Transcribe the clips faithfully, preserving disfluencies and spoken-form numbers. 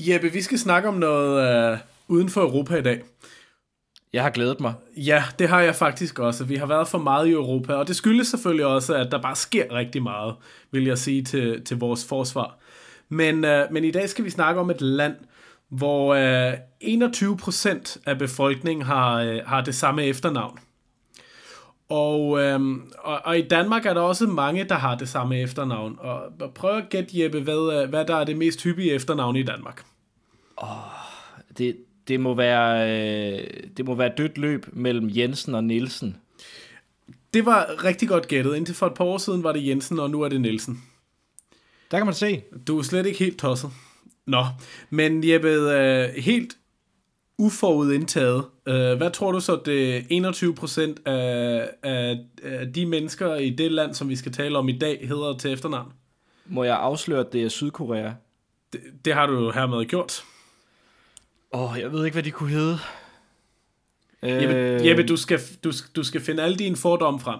Jeppe, vi skal snakke om noget øh, uden for Europa i dag. Jeg har glædet mig. Ja, det har jeg faktisk også. Vi har været for meget i Europa, og det skyldes selvfølgelig også, at der bare sker rigtig meget, vil jeg sige til, til vores forsvar. Men, øh, men i dag skal vi snakke om et land, hvor øh, enogtyve procent af befolkningen har, øh, har det samme efternavn. Og, øh, og, og i Danmark er der også mange, der har det samme efternavn. Og, og prøv at gætte, Jeppe, hvad, hvad der er det mest hyppige efternavn i Danmark. Oh, det, det, må være, øh, det må være dødt løb mellem Jensen og Nielsen. Det var rigtig godt gættet. Indtil for et par år siden var det Jensen, og nu er det Nielsen. Der kan man se. Du er slet ikke helt tosset. Nå, men Jeppe, øh, helt uforudindtaget. Øh, hvad tror du så, det enogtyve procent af, af, af de mennesker i det land, som vi skal tale om i dag, hedder til efternavn? Må jeg afsløre, at det er Sydkorea? Det, det har du jo hermed gjort. Åh, oh, jeg ved ikke, hvad de kunne hedde. Jeppe, øh... Jeppe du, skal, du, du skal finde alle dine fordomme frem.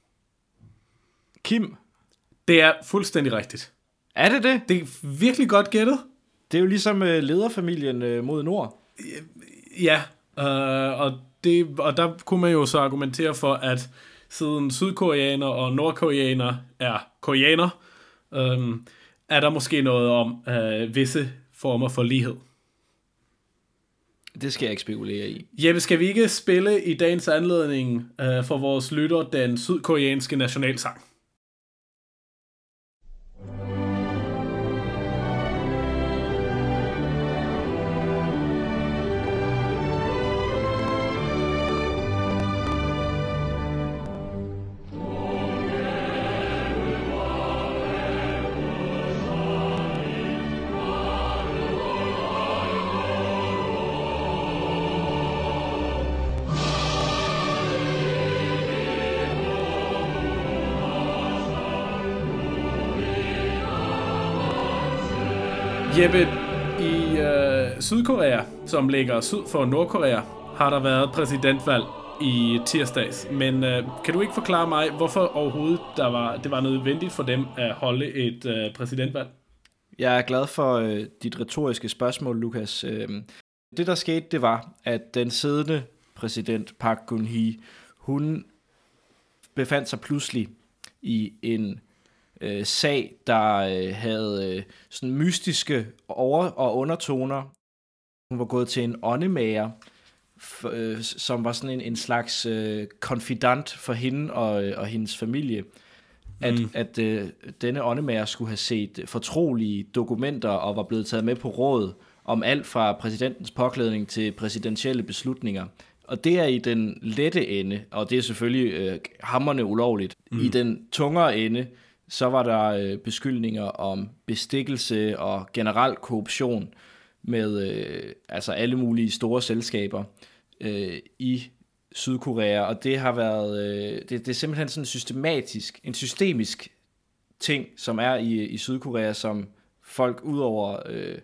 Kim? Det er fuldstændig rigtigt. Er det det? Det er virkelig godt gættet. Det er jo ligesom uh, lederfamilien uh, mod nord. Ja, øh, og, det, og der kunne man jo så argumentere for, at siden sydkoreaner og nordkoreaner er koreaner, øh, er der måske noget om øh, visse former for lighed. Det skal jeg ikke spekulere i. Jeppe, skal vi ikke spille i dagens anledning øh, for vores lytter den sydkoreanske nationalsang? Jeppe, i øh, Sydkorea, som ligger syd for Nordkorea, har der været præsidentvalg i tirsdags. Men øh, kan du ikke forklare mig, hvorfor overhovedet der var, det var nødvendigt for dem at holde et øh, præsidentvalg? Jeg er glad for øh, dit retoriske spørgsmål, Lukas. Øh, det, der skete, det var, at den siddende præsident Park Geun-hye, hun befandt sig pludselig i en øh, sag, der øh, havde øh, sådan mystiske over- og undertoner. Hun var gået til en åndemager, f- øh, som var sådan en, en slags øh, konfidant for hende og, øh, og hendes familie. At, mm. at øh, denne åndemager skulle have set fortrolige dokumenter og var blevet taget med på råd om alt fra præsidentens påklædning til præsidentielle beslutninger. Og det er i den lette ende, og det er selvfølgelig øh, hamrende ulovligt. Mm. I den tungere ende, så var der øh, beskyldninger om bestikkelse og generel korruption med øh, altså alle mulige store selskaber øh, i Sydkorea, og det har været øh, det, det er simpelthen sådan en systematisk, en systemisk ting, som er i, i Sydkorea, som folk udover øh,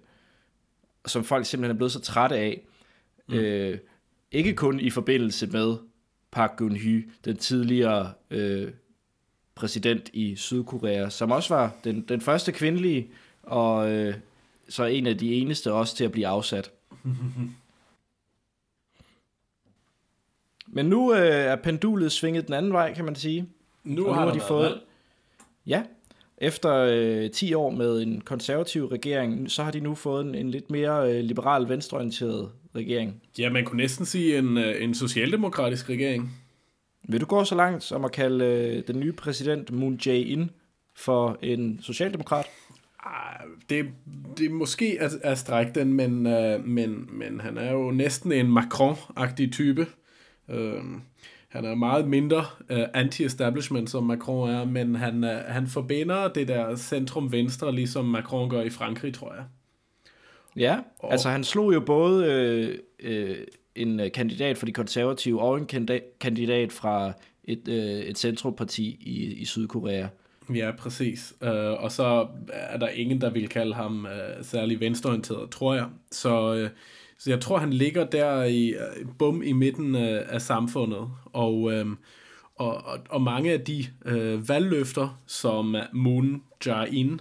som folk simpelthen er blevet så trætte af. Mm. Øh, ikke kun i forbindelse med Park Geun-hye, den tidligere øh, præsident i Sydkorea, som også var den, den første kvindelige, og øh, så en af de eneste også til at blive afsat. Men nu øh, er pendulet svinget den anden vej, kan man sige. Nu, og har, nu har de fået, ja, efter øh, ti år med en konservativ regering, så har de nu fået en, en lidt mere øh, liberal venstreorienteret regering. Ja, man kunne næsten sige en, en socialdemokratisk regering. Vil du gå så langt som at kalde øh, den nye præsident Moon Jae-in for en socialdemokrat? Ah, det, det er måske at, at strække den, men, uh, men, men han er jo næsten en Macron-agtig type. Uh, han er meget mindre uh, anti-establishment, som Macron er, men han, uh, han forbinder det der centrum-venstre, ligesom Macron gør i Frankrig, tror jeg. Ja, og altså han slog jo både øh, øh, en kandidat for de konservative og en kandidat fra et, øh, et centrumparti i, i Sydkorea. Ja, præcis. Uh, og så er der ingen, der vil kalde ham uh, særlig venstreorienteret, tror jeg. Så, uh, så jeg tror, han ligger der i uh, bum i midten uh, af samfundet. Og, um, og, og, og mange af de uh, valgløfter, som Moon Jae-in,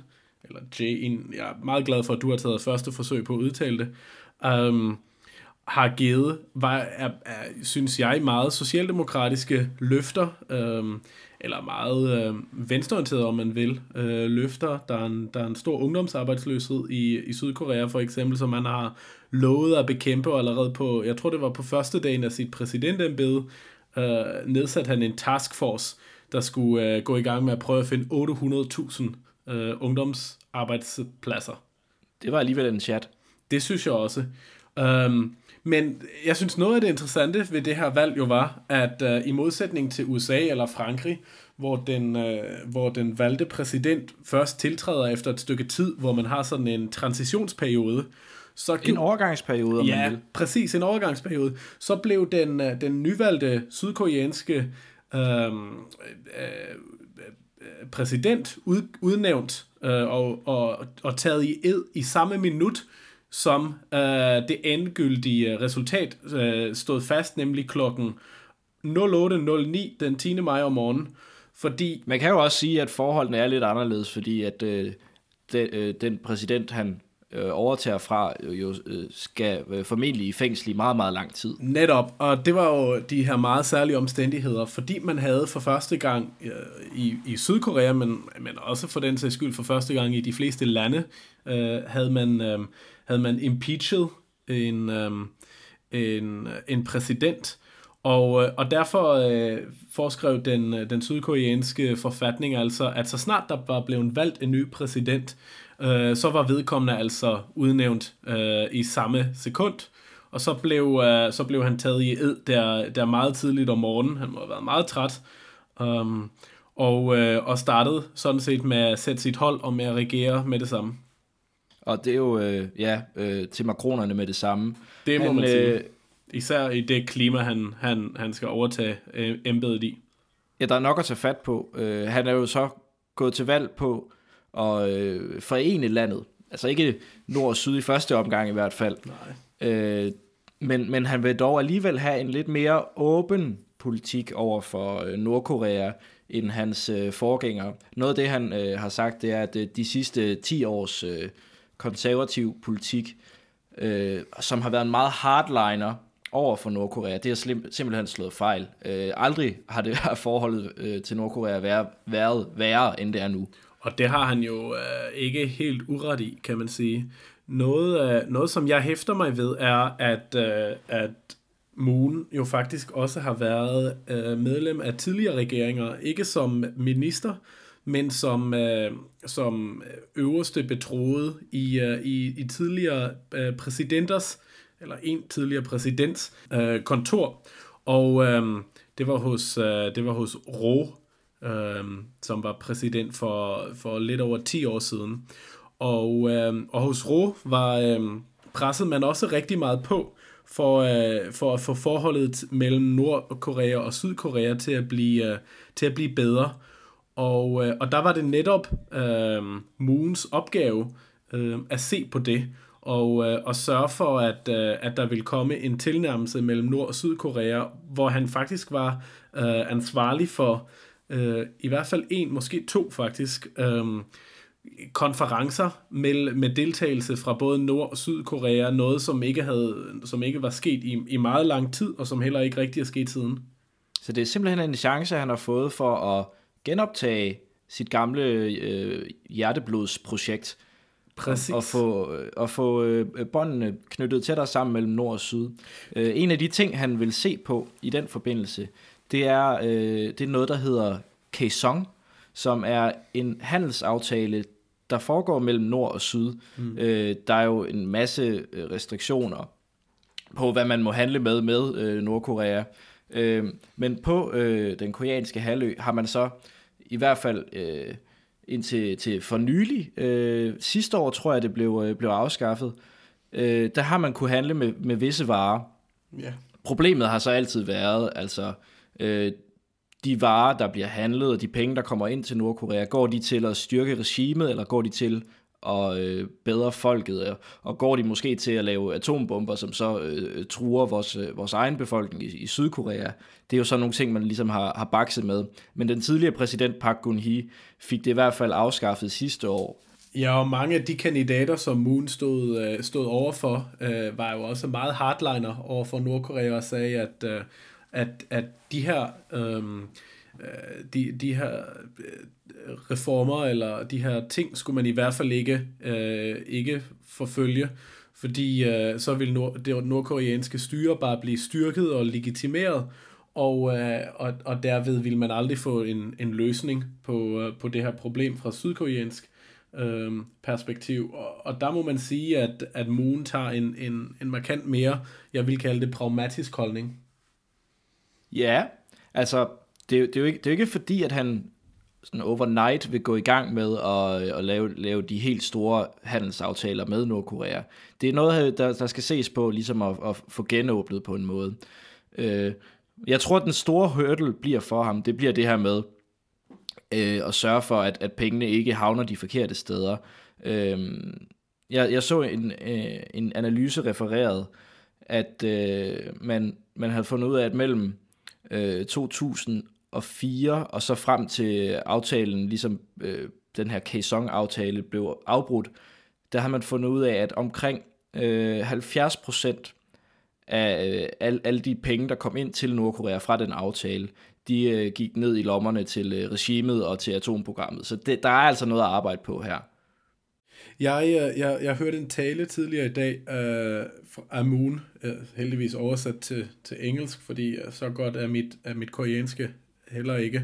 eller Jae-in, jeg er meget glad for, at du har taget første forsøg på at udtale det, um, har givet, var, er, er, synes jeg, meget socialdemokratiske løfter, um, eller meget øh, venstreorienteret, om man vil, øh, løfter. Der er, en, der er en stor ungdomsarbejdsløshed i, i Sydkorea, for eksempel, som man har lovet at bekæmpe allerede på, jeg tror det var på første dagen af sit præsidentembede, øh, nedsat han en taskforce, der skulle øh, gå i gang med at prøve at finde otte hundrede tusind øh, ungdomsarbejdspladser. Det var alligevel en chat. Det synes jeg også. Um, men jeg synes, noget af det interessante ved det her valg jo var, at uh, i modsætning til U S A eller Frankrig, hvor den, uh, hvor den valgte præsident først tiltræder efter et stykke tid, hvor man har sådan en transitionsperiode, så en overgangsperiode, om ja, man vil. præcis, en overgangsperiode. Så blev den, uh, den nyvalgte sydkoreanske uh, uh, præsident ud, udnævnt uh, og, og, og taget i ed i samme minut, som øh, det endegyldige resultat øh, stod fast, nemlig klokken otte nul ni den tiende maj om morgenen. Fordi man kan jo også sige, at forholdene er lidt anderledes, fordi at øh, den, øh, den præsident, han øh, overtager fra, jo øh, skal øh, formentlig i fængsel i meget, meget lang tid. Netop, og det var jo de her meget særlige omstændigheder, fordi man havde for første gang øh, i, i Sydkorea, men, men også for den sags skyld for første gang i de fleste lande, øh, havde man... Øh, havde man impeached en, øhm, en, en præsident, og, og derfor øh, foreskrev den, den sydkoreanske forfatning altså, at så snart der var blevet valgt en ny præsident, øh, så var vedkommende altså udnævnt øh, i samme sekund, og så blev, øh, så blev han taget i ed der, der meget tidligt om morgenen. Han må have været meget træt, um, og, øh, og startede sådan set med at sætte sit hold og med at regere med det samme. Og det er jo, øh, ja, øh, til makronerne med det samme. Det må han, man sige. Øh, Især i det klima, han, han, han skal overtage øh, embedet i. Ja, der er nok at tage fat på. Øh, han er jo så gået til valg på at øh, forene landet. Altså ikke nord og syd i første omgang i hvert fald. Nej. Øh, men, men han vil dog alligevel have en lidt mere åben politik over for øh, Nordkorea end hans øh, forgængere. Noget af det, han øh, har sagt, det er, at øh, de sidste ti års øh, konservativ politik, øh, som har været en meget hardliner over for Nordkorea, det har slim, simpelthen slået fejl. Øh, aldrig har det her forholdet øh, til Nordkorea været, været værre, end det er nu. Og det har han jo øh, ikke helt uret i, kan man sige. Noget, øh, noget som jeg hæfter mig ved, er, at, øh, at Moon jo faktisk også har været øh, medlem af tidligere regeringer, ikke som minister, men som, øh, som øverste betroede i, øh, i, i tidligere øh, præsidenters, eller en tidligere præsidents øh, kontor. Og øh, det var hos, øh, det var hos Roh, øh, som var præsident for, for lidt over ti år siden. Og, øh, og hos Roh var øh, presset man også rigtig meget på, for, øh, for at få forholdet mellem Nordkorea og Sydkorea til at blive, øh, til at blive bedre. Og, øh, og der var det netop øh, Moons opgave øh, at se på det, og, øh, og sørge for, at, øh, at der ville komme en tilnærmelse mellem Nord- og Sydkorea, hvor han faktisk var øh, ansvarlig for øh, i hvert fald en, måske to faktisk, øh, konferencer med, med deltagelse fra både Nord- og Sydkorea, noget som ikke, havde, som ikke var sket i, i meget lang tid, og som heller ikke rigtig er sket siden. Så det er simpelthen en chance, han har fået for at genoptage sit gamle øh, hjerteblodsprojekt. Præcis. Og få, og få øh, båndene knyttet tættere sammen mellem nord og syd. Øh, en af de ting, han vil se på i den forbindelse, det er, øh, det er noget, der hedder Kaesong, som er en handelsaftale, der foregår mellem nord og syd. Mm. Øh, der er jo en masse restriktioner på, hvad man må handle med med øh, Nordkorea. Øh, men på øh, den koreanske halvø har man så i hvert fald øh, indtil til for nylig, øh, sidste år tror jeg det blev, øh, blev afskaffet, øh, der har man kunne handle med, med visse varer. Yeah. Problemet har så altid været, altså øh, de varer, der bliver handlet, og de penge, der kommer ind til Nordkorea, går de til at styrke regimet, eller går de til at øh, bedre folket, og går de måske til at lave atombomber, som så øh, truer vores, øh, vores egen befolkning i, i Sydkorea. Det er jo sådan nogle ting, man ligesom har, har bakset med. Men den tidligere præsident Park Geun-hye fik det i hvert fald afskaffet sidste år, Ja, og mange af de kandidater, som Moon stod, øh, stod overfor, øh, var jo også meget hardliner overfor Nordkorea og sagde, at, øh, at, at de her, øh, de, de her reformer eller de her ting skulle man i hvert fald ikke, øh, ikke forfølge, fordi øh, så vil nord, det nordkoreanske styre bare blive styrket og legitimeret, og, øh, og, og derved vil man aldrig få en, en løsning på, øh, på det her problem fra sydkoreansk øh, perspektiv. Og, og der må man sige, at, at Moon tager en, en, en markant mere, jeg vil kalde det pragmatisk holdning. Ja, altså det, det, er jo ikke, det er jo ikke fordi, at han sådan overnight vil gå i gang med at, at lave, lave de helt store handelsaftaler med Nordkorea. Det er noget, der, der skal ses på, ligesom at, at få genåbnet på en måde. Øh, jeg tror, at den store hurdle bliver for ham, det bliver det her med øh, at sørge for, at, at pengene ikke havner de forkerte steder. Øh, jeg, jeg så en, øh, en analyse refereret, at øh, man, man havde fundet ud af, at mellem øh, to tusind og fire og så frem til aftalen, ligesom øh, den her Kaesong-aftale blev afbrudt, der har man fundet ud af, at omkring øh, halvfjerds procent af øh, al, alle de penge, der kom ind til Nordkorea fra den aftale, de øh, gik ned i lommerne til øh, regimet og til atomprogrammet. Så det, der er altså noget at arbejde på her. Jeg, jeg, jeg hørte en tale tidligere i dag øh, af Moon, øh, heldigvis oversat til, til engelsk, fordi så godt er mit, er mit koreanske heller ikke.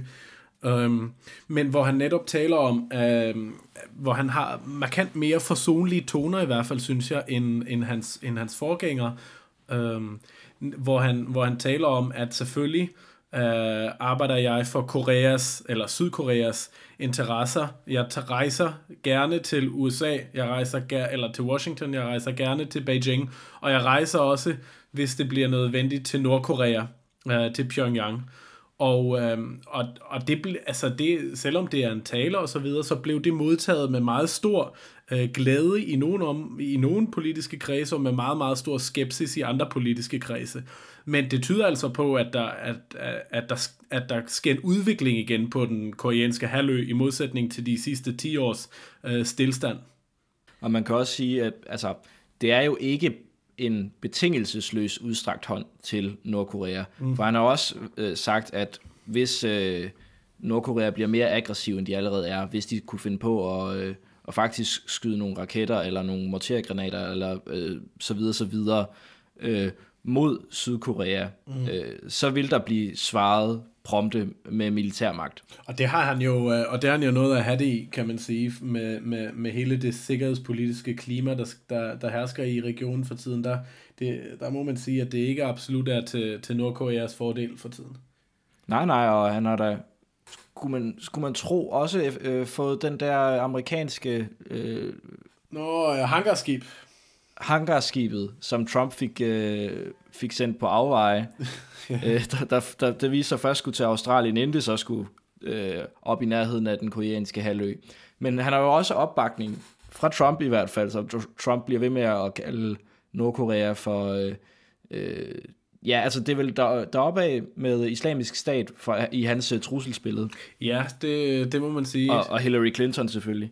Um, men hvor han netop taler om, uh, hvor han har markant mere forsonlige toner i hvert fald, synes jeg, end, end, hans, end hans forgænger. Um, hvor, han, hvor han taler om, at selvfølgelig uh, arbejder jeg for Koreas, eller Sydkoreas interesser. Jeg rejser gerne til U S A, jeg rejser ger- eller til Washington, jeg rejser gerne til Beijing, og jeg rejser også, hvis det bliver nødvendigt, til Nordkorea, uh, til Pyongyang. Og, øhm, og, og det, altså det, selvom det er en tale og så videre, så blev det modtaget med meget stor øh, glæde i nogle, om, i nogle politiske kredse, og med meget, meget stor skepsis i andre politiske kredse. Men det tyder altså på, at der, at, at, at der, at der sker en udvikling igen på den koreanske halvø, i modsætning til de sidste ti års øh, stillstand. Og man kan også sige, at altså, det er jo ikke en betingelsesløs udstrakt hånd til Nordkorea. Mm. For han har også øh, sagt, at hvis øh, Nordkorea bliver mere aggressiv, end de allerede er, hvis de kunne finde på at, øh, at faktisk skyde nogle raketter, eller nogle mortergranater, eller øh, så videre, så videre, øh, mod Sydkorea, mm. øh, så vil der blive svaret prompte med militærmagt. Og det har han jo, og det har han jo noget at have det i, kan man sige, med, med, med hele det sikkerhedspolitiske klima, der, der, der hersker i regionen for tiden. Der, det, der må man sige, at det ikke absolut er til, til Nordkoreas fordel for tiden. Nej, nej, og han har da, skulle man, skulle man tro, også øh, fået den der amerikanske Øh, Nå, ja, hangarskib. hangarskibet, som Trump fik, øh, fik sendt på afveje. øh, der, der, der, der viste sig først skulle til Australien, inden det så skulle øh, op i nærheden af den koreanske halvø. Men han har jo også opbakning fra Trump i hvert fald, så Trump bliver ved med at kalde Nordkorea for øh, øh, ja, altså det er vel der, deroppe af med islamisk stat for, i hans uh, trusselsbillede. Ja, det, det må man sige. Og, og Hillary Clinton selvfølgelig.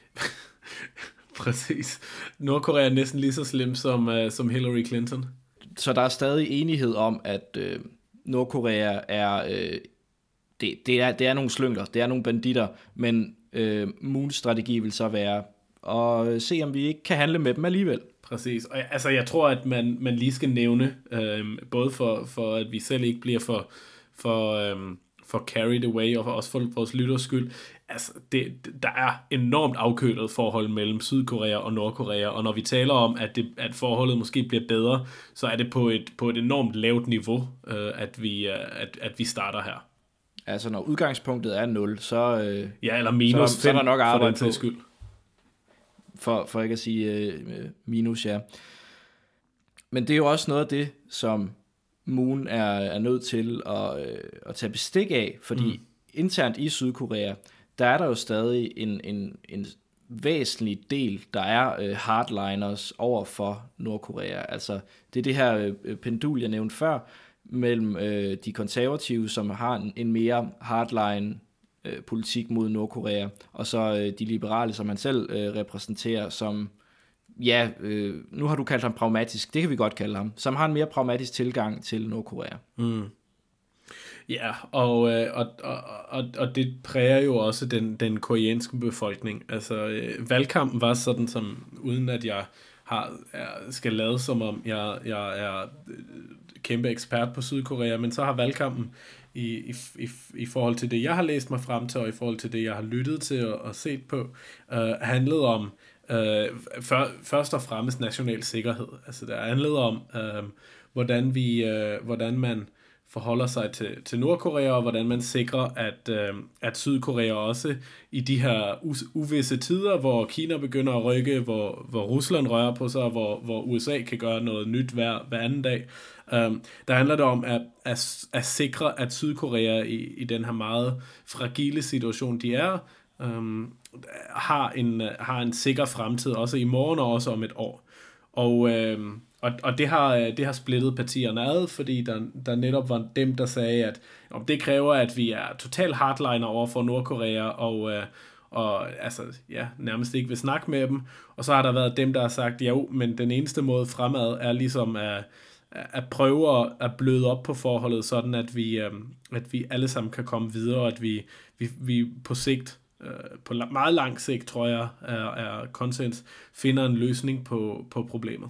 Præcis. Nordkorea er næsten lige så slem som, uh, som Hillary Clinton. Så der er stadig enighed om, at øh, Nordkorea er, øh, det, det er, det er nogle slyngler, det er nogle banditter, men øh, Moons strategi vil så være at se, om vi ikke kan handle med dem alligevel. Præcis. Og altså, jeg tror, at man, man lige skal nævne, øh, både for, for at vi selv ikke bliver for, for, øh, for carried away, og også for vores lytters skyld. Altså, det, der er enormt afkølet forhold mellem Sydkorea og Nordkorea, og når vi taler om, at, det, at forholdet måske bliver bedre, så er det på et, på et enormt lavt niveau, øh, at, vi, øh, at, at vi starter her. Altså, når udgangspunktet er nul, så, øh, ja, eller minus så, så er der nok arbejde for den skyld. For, for ikke at sige øh, minus, ja. Men det er jo også noget af det, som Moon er, er nødt til at, øh, at tage bestik af, fordi mm. internt i Sydkorea, der er der jo stadig en, en, en væsentlig del, der er øh, hardliners over for Nordkorea. Altså, det er det her øh, pendul, jeg nævnte før, mellem øh, de konservative, som har en, en mere hardline øh, politik mod Nordkorea, og så øh, de liberale, som han selv øh, repræsenterer, som, ja, øh, nu har du kaldt ham pragmatisk, det kan vi godt kalde ham, som har en mere pragmatisk tilgang til Nordkorea. Mm. Ja, og, øh, og, og, og, og det præger jo også den, den koreanske befolkning. Altså, øh, valgkampen var sådan, som uden at jeg har, er, skal lade som om, jeg, jeg er kæmpe ekspert på Sydkorea, men så har valgkampen i, i, i, i forhold til det, jeg har læst mig frem til, og i forhold til det, jeg har lyttet til og, og set på, øh, handlet om øh, for, først og fremmest national sikkerhed. Altså, det handlede om, øh, hvordan, vi, øh, hvordan man forholder sig til, til Nordkorea, og hvordan man sikrer, at, øh, at Sydkorea også i de her u- uvisse tider, hvor Kina begynder at rykke, hvor, hvor Rusland rører på sig, hvor, hvor U S A kan gøre noget nyt hver, hver anden dag. Øh, der handler det om at, at, at sikre, at Sydkorea i, i den her meget fragile situation, de er, øh, har, en, har en sikker fremtid, også i morgen og også om et år. Og øh, Og, og det, har, det har splittet partierne ad, fordi der, der netop var dem, der sagde, at om det kræver, at vi er total hardliner over for Nordkorea, og, øh, og altså, ja, nærmest ikke vil snakke med dem. Og så har der været dem, der har sagt, jo, men den eneste måde fremad er ligesom at, at prøve at bløde op på forholdet, sådan at vi, øh, at vi alle sammen kan komme videre, og at vi, vi, vi på sigt, øh, på meget lang sigt, tror jeg, er, er konsens, finder en løsning på, på problemet.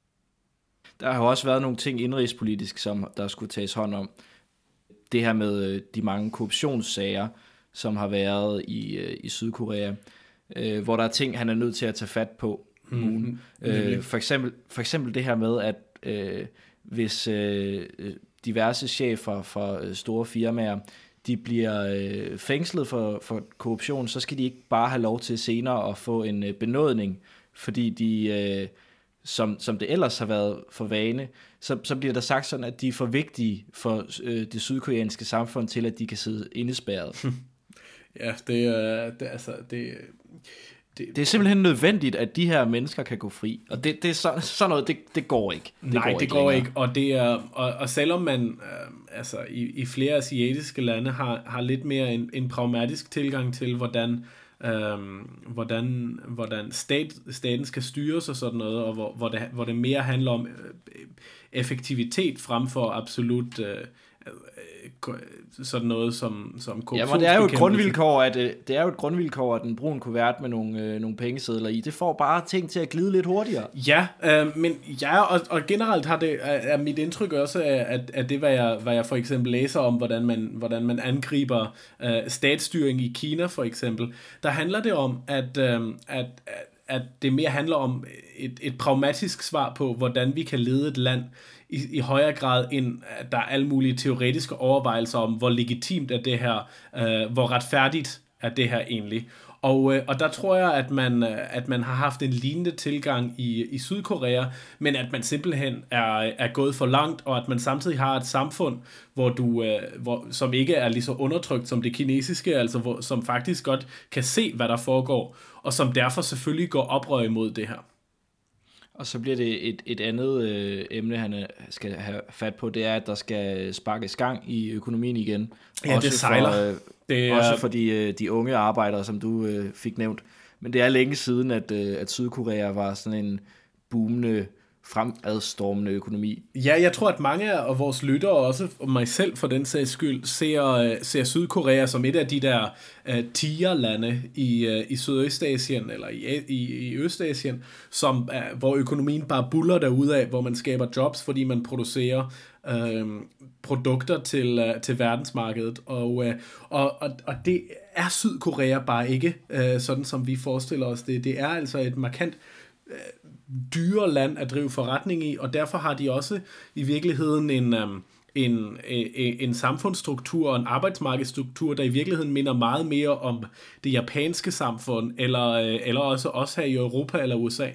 Der har jo også været nogle ting indrigspolitisk, som der skulle tages hånd om. Det her med de mange korruptionssager, som har været i, i Sydkorea, øh, hvor der er ting, han er nødt til at tage fat på. Mm, øh, for, eksempel, for eksempel det her med, at øh, hvis øh, diverse chefer for store firmaer, de bliver øh, fængslet for, for korruption, så skal de ikke bare have lov til senere at få en øh, benådning, fordi de... Øh, Som, som det ellers har været for vane, så, så bliver der sagt sådan, at de er for vigtige for øh, det sydkoreanske samfund til, at de kan sidde indespærret. Ja, det er det, altså, det, det, det er simpelthen nødvendigt, at de her mennesker kan gå fri, og det, det er sådan, sådan noget, det, det går ikke. Det Nej, går det ikke går længere. ikke, og, det er, og, og selvom man øh, altså, i, i flere asiatiske lande har, har lidt mere en, en pragmatisk tilgang til, hvordan Øhm, hvordan, hvordan stat, staten skal styres og sådan noget, og hvor, hvor, det, hvor det mere handler om øh, effektivitet frem for absolut øh, øh, sådan noget som, som korruptionsbekæmpelse. Ja, men det er jo et grundvilkår, at det er jo et grundvilkår, at en brun kuvert med nogle, øh, nogle pengesedler i, det får bare ting til at glide lidt hurtigere. Ja, øh, men ja, og, og generelt har det, er mit indtryk også, at, at det, hvad jeg, hvad jeg for eksempel læser om, hvordan man, hvordan man angriber øh, statsstyring i Kina for eksempel, der handler det om, at, øh, at, at det mere handler om et, et pragmatisk svar på, hvordan vi kan lede et land i, i højere grad, end at der er alle mulige teoretiske overvejelser om, hvor legitimt er det her, øh, hvor retfærdigt er det her egentlig. Og, øh, og der tror jeg, at man, at man har haft en lignende tilgang i, i Sydkorea, men at man simpelthen er, er gået for langt, og at man samtidig har et samfund, hvor du, øh, hvor, som ikke er lige så undertrykt som det kinesiske, altså hvor, som faktisk godt kan se, hvad der foregår, og som derfor selvfølgelig går oprør imod det her. Og så bliver det et, et andet øh, emne, han skal have fat på, det er, at der skal sparkes gang i økonomien igen. Ja, også det sejler. For, øh, det er... Også for de, øh, de unge arbejdere, som du øh, fik nævnt. Men det er længe siden, at, øh, at Sydkorea var sådan en boomende, fremadstormende økonomi. Ja, jeg tror, at mange af vores lyttere, også mig selv for den sags skyld, ser, ser Sydkorea som et af de der uh, tigerlande i, uh, i Sydøstasien, eller i, i, i Østasien, som, uh, hvor økonomien bare buller derudad, hvor man skaber jobs, fordi man producerer uh, produkter til, uh, til verdensmarkedet. Og, uh, og, og, og det er Sydkorea bare ikke, uh, sådan som vi forestiller os det. Det er altså et markant uh, dyre land at drive forretning i, og derfor har de også i virkeligheden en, um, en, en, en samfundsstruktur og en arbejdsmarkedsstruktur, der i virkeligheden minder meget mere om det japanske samfund, eller, eller også os her i Europa eller U S A.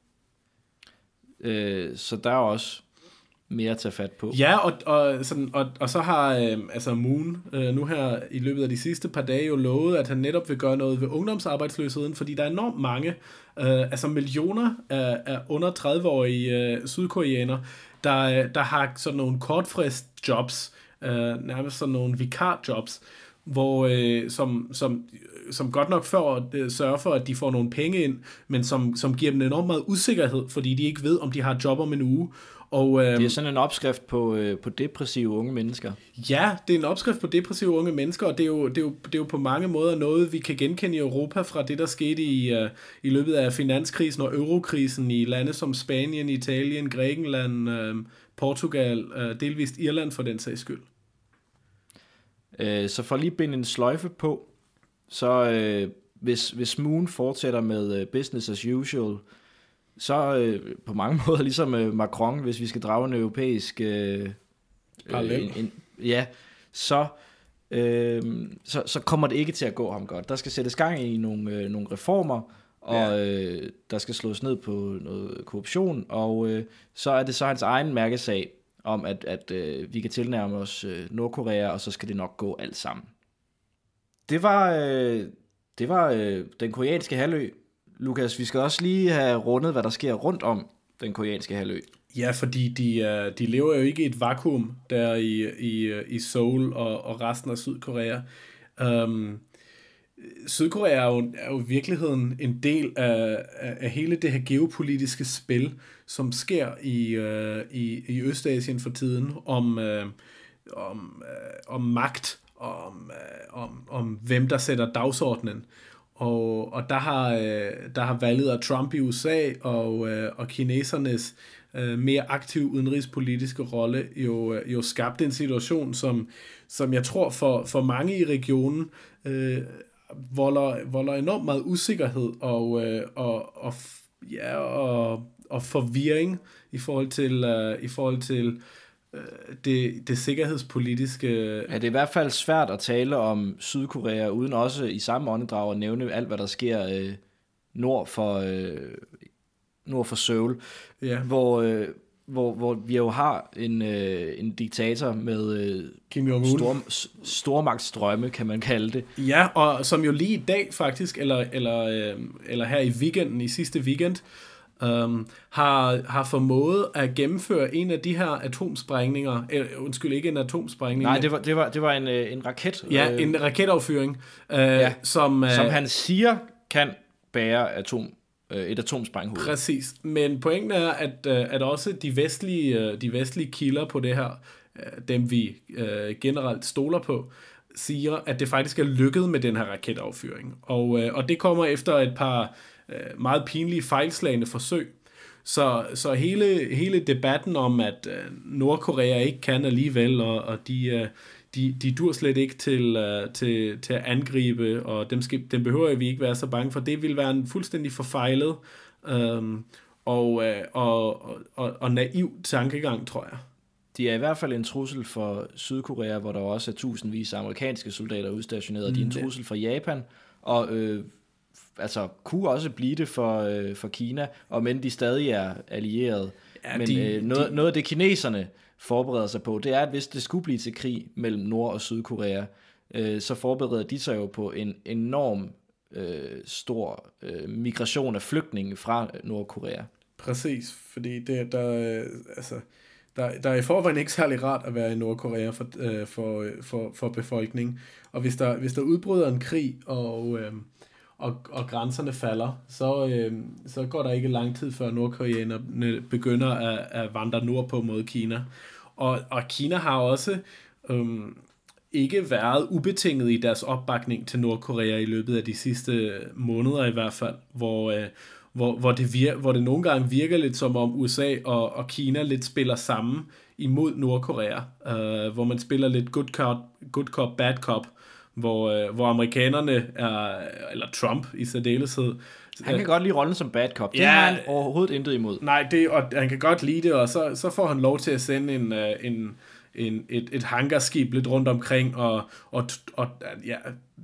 Øh, så der er også mere at tage fat på. Ja, og, og, sådan, og, og så har øh, altså Moon øh, nu her i løbet af de sidste par dage jo lovet, at han netop vil gøre noget ved ungdomsarbejdsløsheden, fordi der er enormt mange, øh, altså millioner af, af under tredive-årige øh, sydkoreanere, der, der har sådan nogle kortfrist jobs, øh, nærmest sådan nogle vikarjobs, hvor, øh, som, som, som godt nok for, øh, sørger for, at de får nogle penge ind, men som, som giver dem enormt meget usikkerhed, fordi de ikke ved, om de har et job om en uge. Og, øh, det er sådan en opskrift på, øh, på depressive unge mennesker. Ja, det er en opskrift på depressive unge mennesker, og det er, jo, det, er jo, det er jo på mange måder noget, vi kan genkende i Europa fra det, der skete i, uh, i løbet af finanskrisen og eurokrisen i lande som Spanien, Italien, Grækenland, uh, Portugal, uh, delvist Irland for den sags skyld. Øh, så for lige at binde en sløjfe på, så øh, hvis, hvis Moon fortsætter med uh, business as usual, så øh, på mange måder ligesom øh, Macron, hvis vi skal drage en europæisk øh, parallel, en, en, ja, så, øh, så så kommer det ikke til at gå ham godt. Der skal sættes gang i nogle øh, nogle reformer, og ja. øh, der skal slås ned på noget korruption, og øh, så er det så hans egen mærkesag om at at øh, vi kan tilnærme os øh, Nordkorea, og så skal det nok gå alt sammen. Det var øh, det var øh, den koreanske halvø. Lukas, vi skal også lige have rundet, hvad der sker rundt om den koreanske halvø. Ja, fordi de, de lever jo ikke i et vakuum der i, i, i Seoul og, og resten af Sydkorea. Um, Sydkorea er jo, er jo i virkeligheden en del af, af, af hele det her geopolitiske spil, som sker i, uh, i, i Østasien for tiden, om, uh, om, uh, om magt, om, uh, om, om hvem der sætter dagsordenen. Og, og der, har, øh, der har valget af Trump i U S A og, øh, og kinesernes øh, mere aktive udenrigspolitiske rolle jo, jo skabt en situation, som, som jeg tror for, for mange i regionen øh, volder, volder enormt meget usikkerhed og, øh, og, og, ja, og, og forvirring i forhold til, øh, i forhold til Det, det sikkerhedspolitiske... Ja, det er i hvert fald svært at tale om Sydkorea, uden også i samme åndedrag at nævne alt, hvad der sker øh, nord for øh, nord for Seoul, ja. hvor, øh, hvor, hvor vi jo har en, øh, en diktator med øh, Kim Jong-un. Stor, stormagtsdrømme, kan man kalde det. Ja, og som jo lige i dag faktisk, eller, eller, øh, eller her i weekenden, i sidste weekend, Um, har, har formået at gennemføre en af de her atomsprængninger, eller, undskyld, ikke en atomsprængning. Nej, det var, det var, det var en, en raket. Ja, øh, en raketaffyring. Uh, ja, som, uh, som han siger kan bære atom, uh, et atomsprænghoved. Præcis, men pointen er, at, uh, at også de vestlige, uh, de vestlige kilder på det her, uh, dem vi uh, generelt stoler på, siger, at det faktisk er lykket med den her raketaffyring. Og, uh, og det kommer efter et par meget pinlige fejlslagende forsøg. Så, så hele, hele debatten om, at Nordkorea ikke kan alligevel, og, og de, de, de dur slet ikke til, til, til at angribe, og dem, skal, dem behøver vi ikke være så bange for. Det vil være en fuldstændig forfejlet øhm, og, og, og, og naiv tankegang, tror jeg. De er i hvert fald en trussel for Sydkorea, hvor der også er tusindvis af amerikanske soldater udstationeret, og de er en trussel for Japan, og øh, altså kunne også blive det for, øh, for Kina, og men de stadig er allierede. Ja, men de, øh, noget, de... noget af det kineserne forbereder sig på, det er, at hvis det skulle blive til krig mellem Nord- og Sydkorea, øh, så forbereder de sig jo på en enorm øh, stor øh, migration af flygtninge fra Nordkorea. Præcis, fordi det, der, øh, altså, der, der er i forvejen ikke særlig rart at være i Nordkorea for, øh, for, for, for befolkningen, og hvis der, hvis der udbryder en krig, og øh, Og, og grænserne falder, så, øh, så går der ikke lang tid før nordkoreanerne begynder at, at vandre nordpå mod Kina. Og, og Kina har også øh, ikke været ubetinget i deres opbakning til Nordkorea i løbet af de sidste måneder i hvert fald, hvor, øh, hvor, hvor, det, vir- hvor det nogle gange virker lidt som om U S A og, og Kina lidt spiller sammen imod Nordkorea, øh, hvor man spiller lidt good cop, good cop, bad cop, Hvor, øh, hvor amerikanerne er, eller Trump i særdeleshed. Han kan godt lide rollen som bad cop. Det ja, har han overhovedet intet imod. Nej, det, og han kan godt lide det, og så, så får han lov til at sende en, en, en, et, et hangarskib lidt rundt omkring, og, og, og ja,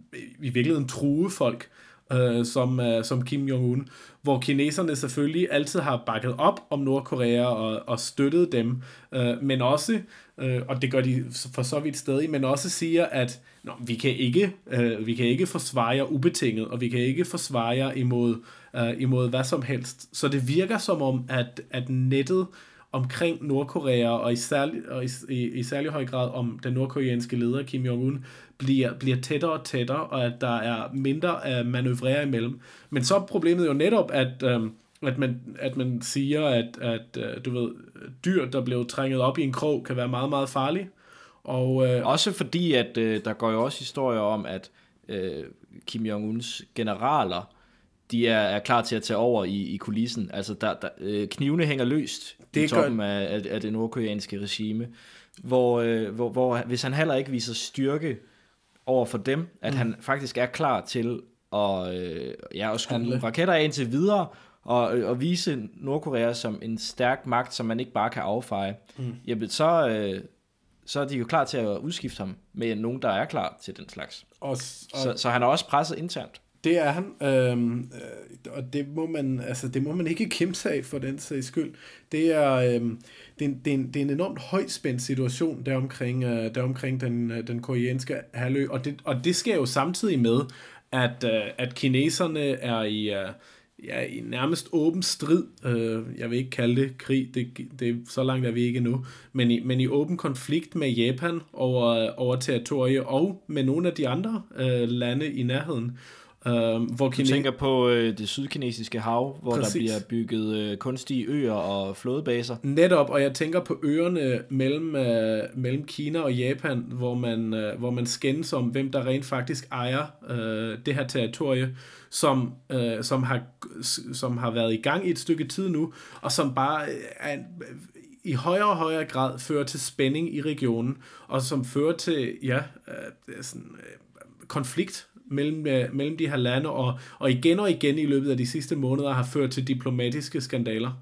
i virkeligheden true folk, øh, som, øh, som Kim Jong-un, hvor kineserne selvfølgelig altid har bakket op om Nordkorea og, og støttet dem, øh, men også, øh, og det gør de for så vidt stadig, men også siger, at nå, vi kan ikke, øh, vi kan ikke forsvare jer ubetinget, og vi kan ikke forsvare jer imod, øh, imod hvad som helst. Så det virker som om, at, at nettet omkring Nordkorea, og i særlig, og i, i, i særlig høj grad om den nordkoreanske leder Kim Jong-un, bliver, bliver tættere og tættere, og at der er mindre at manøvrere imellem. Men så er problemet jo netop, at, øhm, at, man, at man siger, at, at du ved, dyr, der blev trænget op i en krog, kan være meget, meget farlige. Og, øh, også fordi, at øh, der går jo også historier om, at øh, Kim Jong-uns generaler, de er, er klar til at tage over i, i kulissen. Altså, der, der, øh, knivene hænger løst det i toppen gør... af, af, af det nordkoreanske regime, hvor, øh, hvor, hvor hvis han heller ikke viser styrke over for dem, at mm. han faktisk er klar til at, øh, ja, at skyde raketter af indtil videre, og, og vise Nordkorea som en stærk magt, som man ikke bare kan affeje, mm. jamen så... Øh, så er de jo klar til at udskifte ham med nogen, der er klar til den slags. Og, og så, så han er også presset internt. Det er han, øhm, øh, og det må man, altså det må man ikke kimse af for den sags skyld. Det er, øhm, det, er en, det, er en, det er en enormt højspændt situation der omkring, øh, der omkring den, den koreanske halvø, og det, og det sker jo samtidig med, at, øh, at kineserne er i... Øh, Ja, i nærmest åben strid, øh, jeg vil ikke kalde det krig, det, det, så langt er vi ikke nu, men i, men i åben konflikt med Japan over, over territoriet, og med nogle af de andre øh, lande i nærheden. Øh, hvor du Kine... tænker på øh, det sydkinesiske hav, hvor Præcis. Der bliver bygget øh, kunstige øer og flådebaser. Netop, og jeg tænker på øerne mellem, øh, mellem Kina og Japan, hvor man, øh, hvor man skændes om, hvem der rent faktisk ejer øh, det her territorie, som, øh, som, har, som har været i gang i et stykke tid nu, og som bare er, i højere og højere grad fører til spænding i regionen, og som fører til ja, øh, sådan, øh, konflikt mellem, øh, mellem de her lande, og, og igen og igen i løbet af de sidste måneder har ført til diplomatiske skandaler.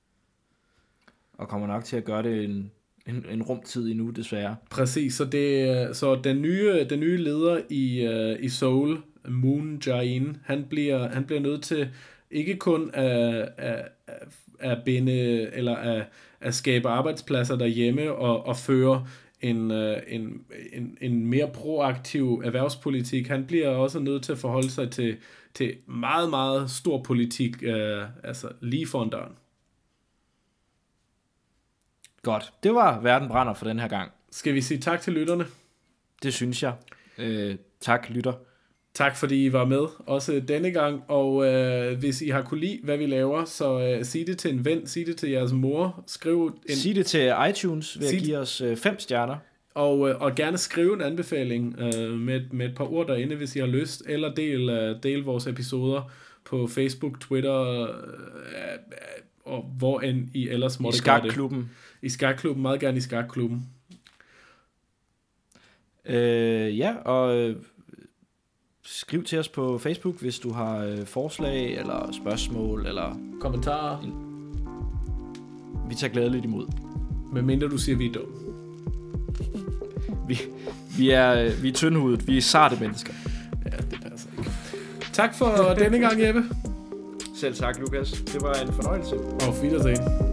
Og kommer nok til at gøre det en, en, en rumtid endnu, desværre. Præcis, så, det, så den, nye, den nye leder i, øh, i Seoul, Moon Jae-in, han bliver, han bliver nødt til ikke kun at, at, at binde eller at, at skabe arbejdspladser derhjemme og, og føre en, en, en, en mere proaktiv erhvervspolitik. Han bliver også nødt til at forholde sig til, til meget, meget stor politik, øh, altså lige foran døren. Godt. Det var Verden brænder for den her gang. Skal vi sige tak til lytterne? Det synes jeg. Øh, tak, lytter. Tak fordi I var med, også denne gang, og øh, hvis I har kunne lide, hvad vi laver, så øh, sig det til en ven, sig det til jeres mor, skriv en... Sig det til iTunes ved sig... at give os øh, fem stjerner. Og, øh, og gerne skrive en anbefaling øh, med, med et par ord derinde, hvis I har lyst, eller del, øh, del vores episoder på Facebook, Twitter, øh, øh, og hvor end I ellers måtte gøre det. I skakklubben. I skakklubben, meget gerne i skakklubben. Øh, ja, og... Øh... Skriv til os på Facebook, hvis du har øh, forslag, eller spørgsmål, eller... kommentarer. En... Vi tager glædeligt imod. Men mindre du siger, vi er dumme. vi, vi, er, vi er tyndhudet, vi er sarte mennesker. Ja, det passer ikke. Tak for denne gang, Jeppe. Selv tak, Lukas. Det var en fornøjelse. Auf Wiedersehen.